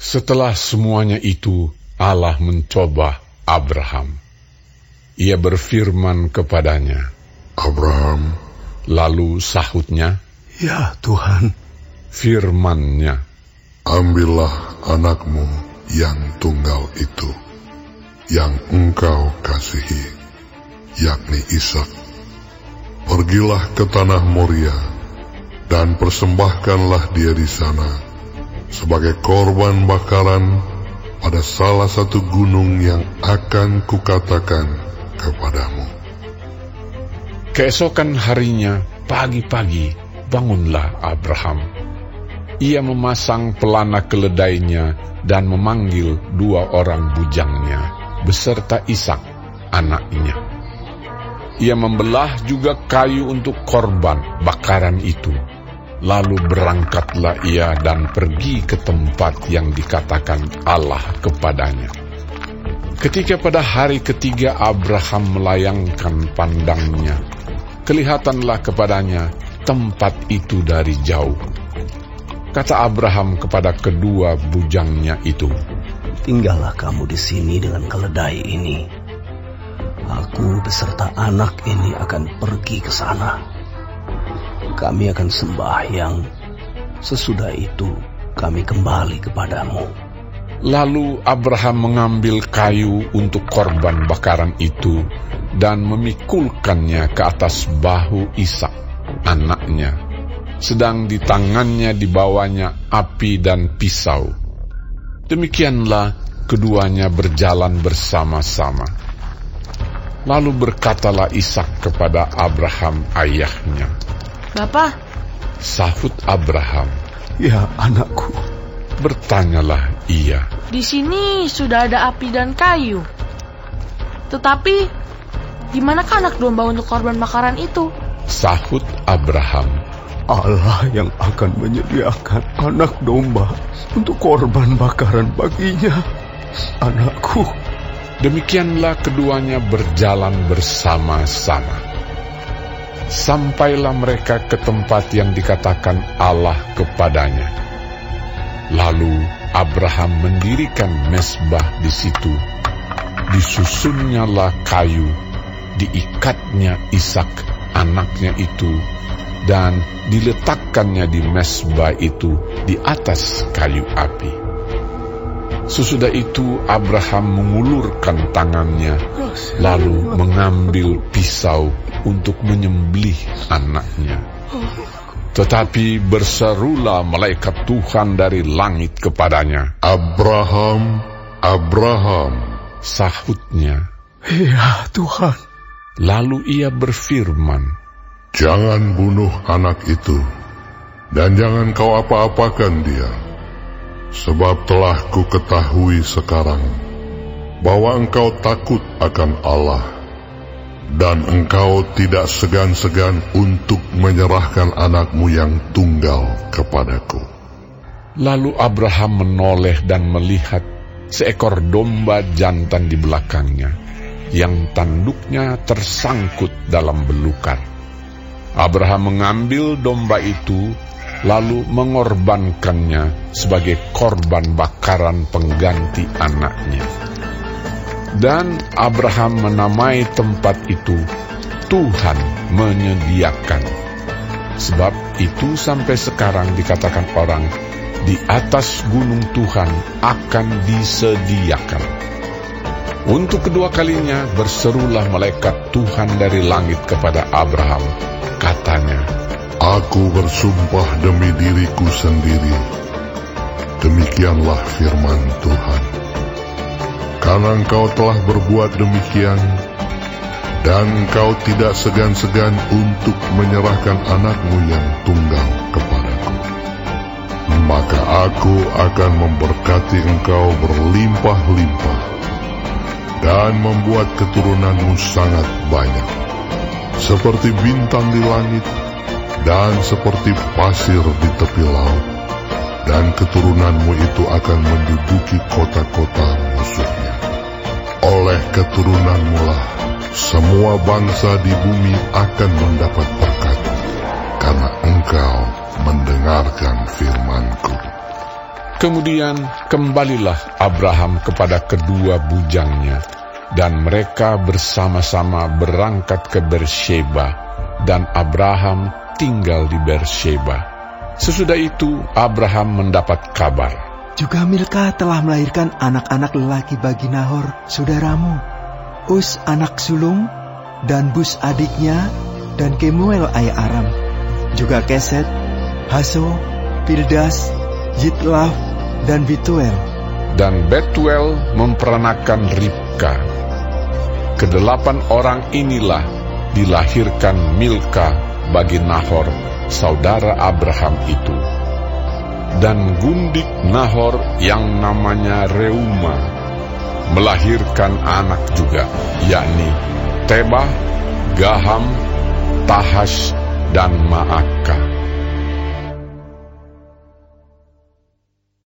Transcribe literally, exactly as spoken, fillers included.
Setelah semuanya itu, Allah mencoba Abraham. Ia berfirman kepadanya, Abraham. Lalu sahutnya, Ya Tuhan. Firman-Nya, Ambillah anakmu yang tunggal itu, yang engkau kasihi, yakni Ishak. Pergilah ke tanah Moria, dan persembahkanlah dia di sana, sebagai korban bakaran pada salah satu gunung yang akan kukatakan kepadamu. Keesokan harinya, pagi-pagi, bangunlah Abraham. Ia memasang pelana keledainya dan memanggil dua orang bujangnya, beserta Ishak, anaknya. Ia membelah juga kayu untuk korban bakaran itu. Lalu berangkatlah ia dan pergi ke tempat yang dikatakan Allah kepadanya. Ketika pada hari ketiga Abraham melayangkan pandangnya, kelihatanlah kepadanya tempat itu dari jauh. Kata Abraham kepada kedua bujangnya itu, Tinggallah kamu di sini dengan keledai ini. Aku beserta anak ini akan pergi ke sana. Kami akan sembahyang. Sesudah itu kami kembali kepadamu. Lalu Abraham mengambil kayu untuk korban bakaran itu dan memikulkannya ke atas bahu Ishak, anaknya, sedang di tangannya dibawanya api dan pisau. Demikianlah keduanya berjalan bersama-sama. Lalu berkatalah Ishak kepada Abraham ayahnya, Bapa, sahut Abraham, Ya anakku. Bertanyalah ia, di sini sudah ada api dan kayu. Tetapi, di manakah anak domba untuk korban bakaran itu? Sahut Abraham, Allah yang akan menyediakan anak domba untuk korban bakaran baginya, anakku. Demikianlah keduanya berjalan bersama-sama. Sampailah mereka ke tempat yang dikatakan Allah kepadanya. Lalu Abraham mendirikan mezbah di situ. Disusunnyalah kayu, diikatnya Ishak anaknya itu, dan diletakkannya di mezbah itu di atas kayu api. Sesudah itu Abraham mengulurkan tangannya, lalu mengambil pisau untuk menyembelih anaknya. Tetapi berserulah malaikat Tuhan dari langit kepadanya, Abraham, Abraham. Sahutnya, Ya Tuhan. Lalu ia berfirman, Jangan bunuh anak itu, dan jangan kau apa-apakan dia. Sebab telah ku ketahui sekarang bahwa engkau takut akan Allah, dan engkau tidak segan-segan untuk menyerahkan anakmu yang tunggal kepadaku. Lalu Abraham menoleh dan melihat seekor domba jantan di belakangnya, yang tanduknya tersangkut dalam belukar. Abraham mengambil domba itu, lalu mengorbankannya sebagai korban bakaran pengganti anaknya. Dan Abraham menamai tempat itu Tuhan menyediakan. Sebab itu sampai sekarang dikatakan orang, di atas gunung Tuhan akan disediakan. Untuk kedua kalinya berserulah malaikat Tuhan dari langit kepada Abraham. Katanya, Aku bersumpah demi diriku sendiri, demikianlah firman Tuhan. Karena engkau telah berbuat demikian, dan engkau tidak segan-segan untuk menyerahkan anakmu yang tunggal kepadaku, maka aku akan memberkati engkau berlimpah-limpah, dan membuat keturunanmu sangat banyak, seperti bintang di langit, dan seperti pasir di tepi laut, dan keturunanmu itu akan menduduki kota-kota musuhnya. Oleh keturunanmu lah semua bangsa di bumi akan mendapat berkat, karena engkau mendengarkan firman-Ku. Kemudian kembalilah Abraham kepada kedua bujangnya, dan mereka bersama-sama berangkat ke Beersheba, dan Abraham tinggal di Beersheba. Sesudah itu Abraham mendapat kabar, juga Milka telah melahirkan anak-anak lelaki bagi Nahor, saudaramu, Us anak sulung, dan Bus adiknya, dan Kemuel ayah Aram, juga Keset, Haso, Pildas, Yitlaf, dan Bituel. Dan Betuel memperanakan Ribka. Kedelapan orang inilah dilahirkan Milka bagi Nahor, saudara Abraham itu. Dan gundik Nahor yang namanya Reuma melahirkan anak juga, yakni Tebah, Gaham, Tahash, dan Maakah.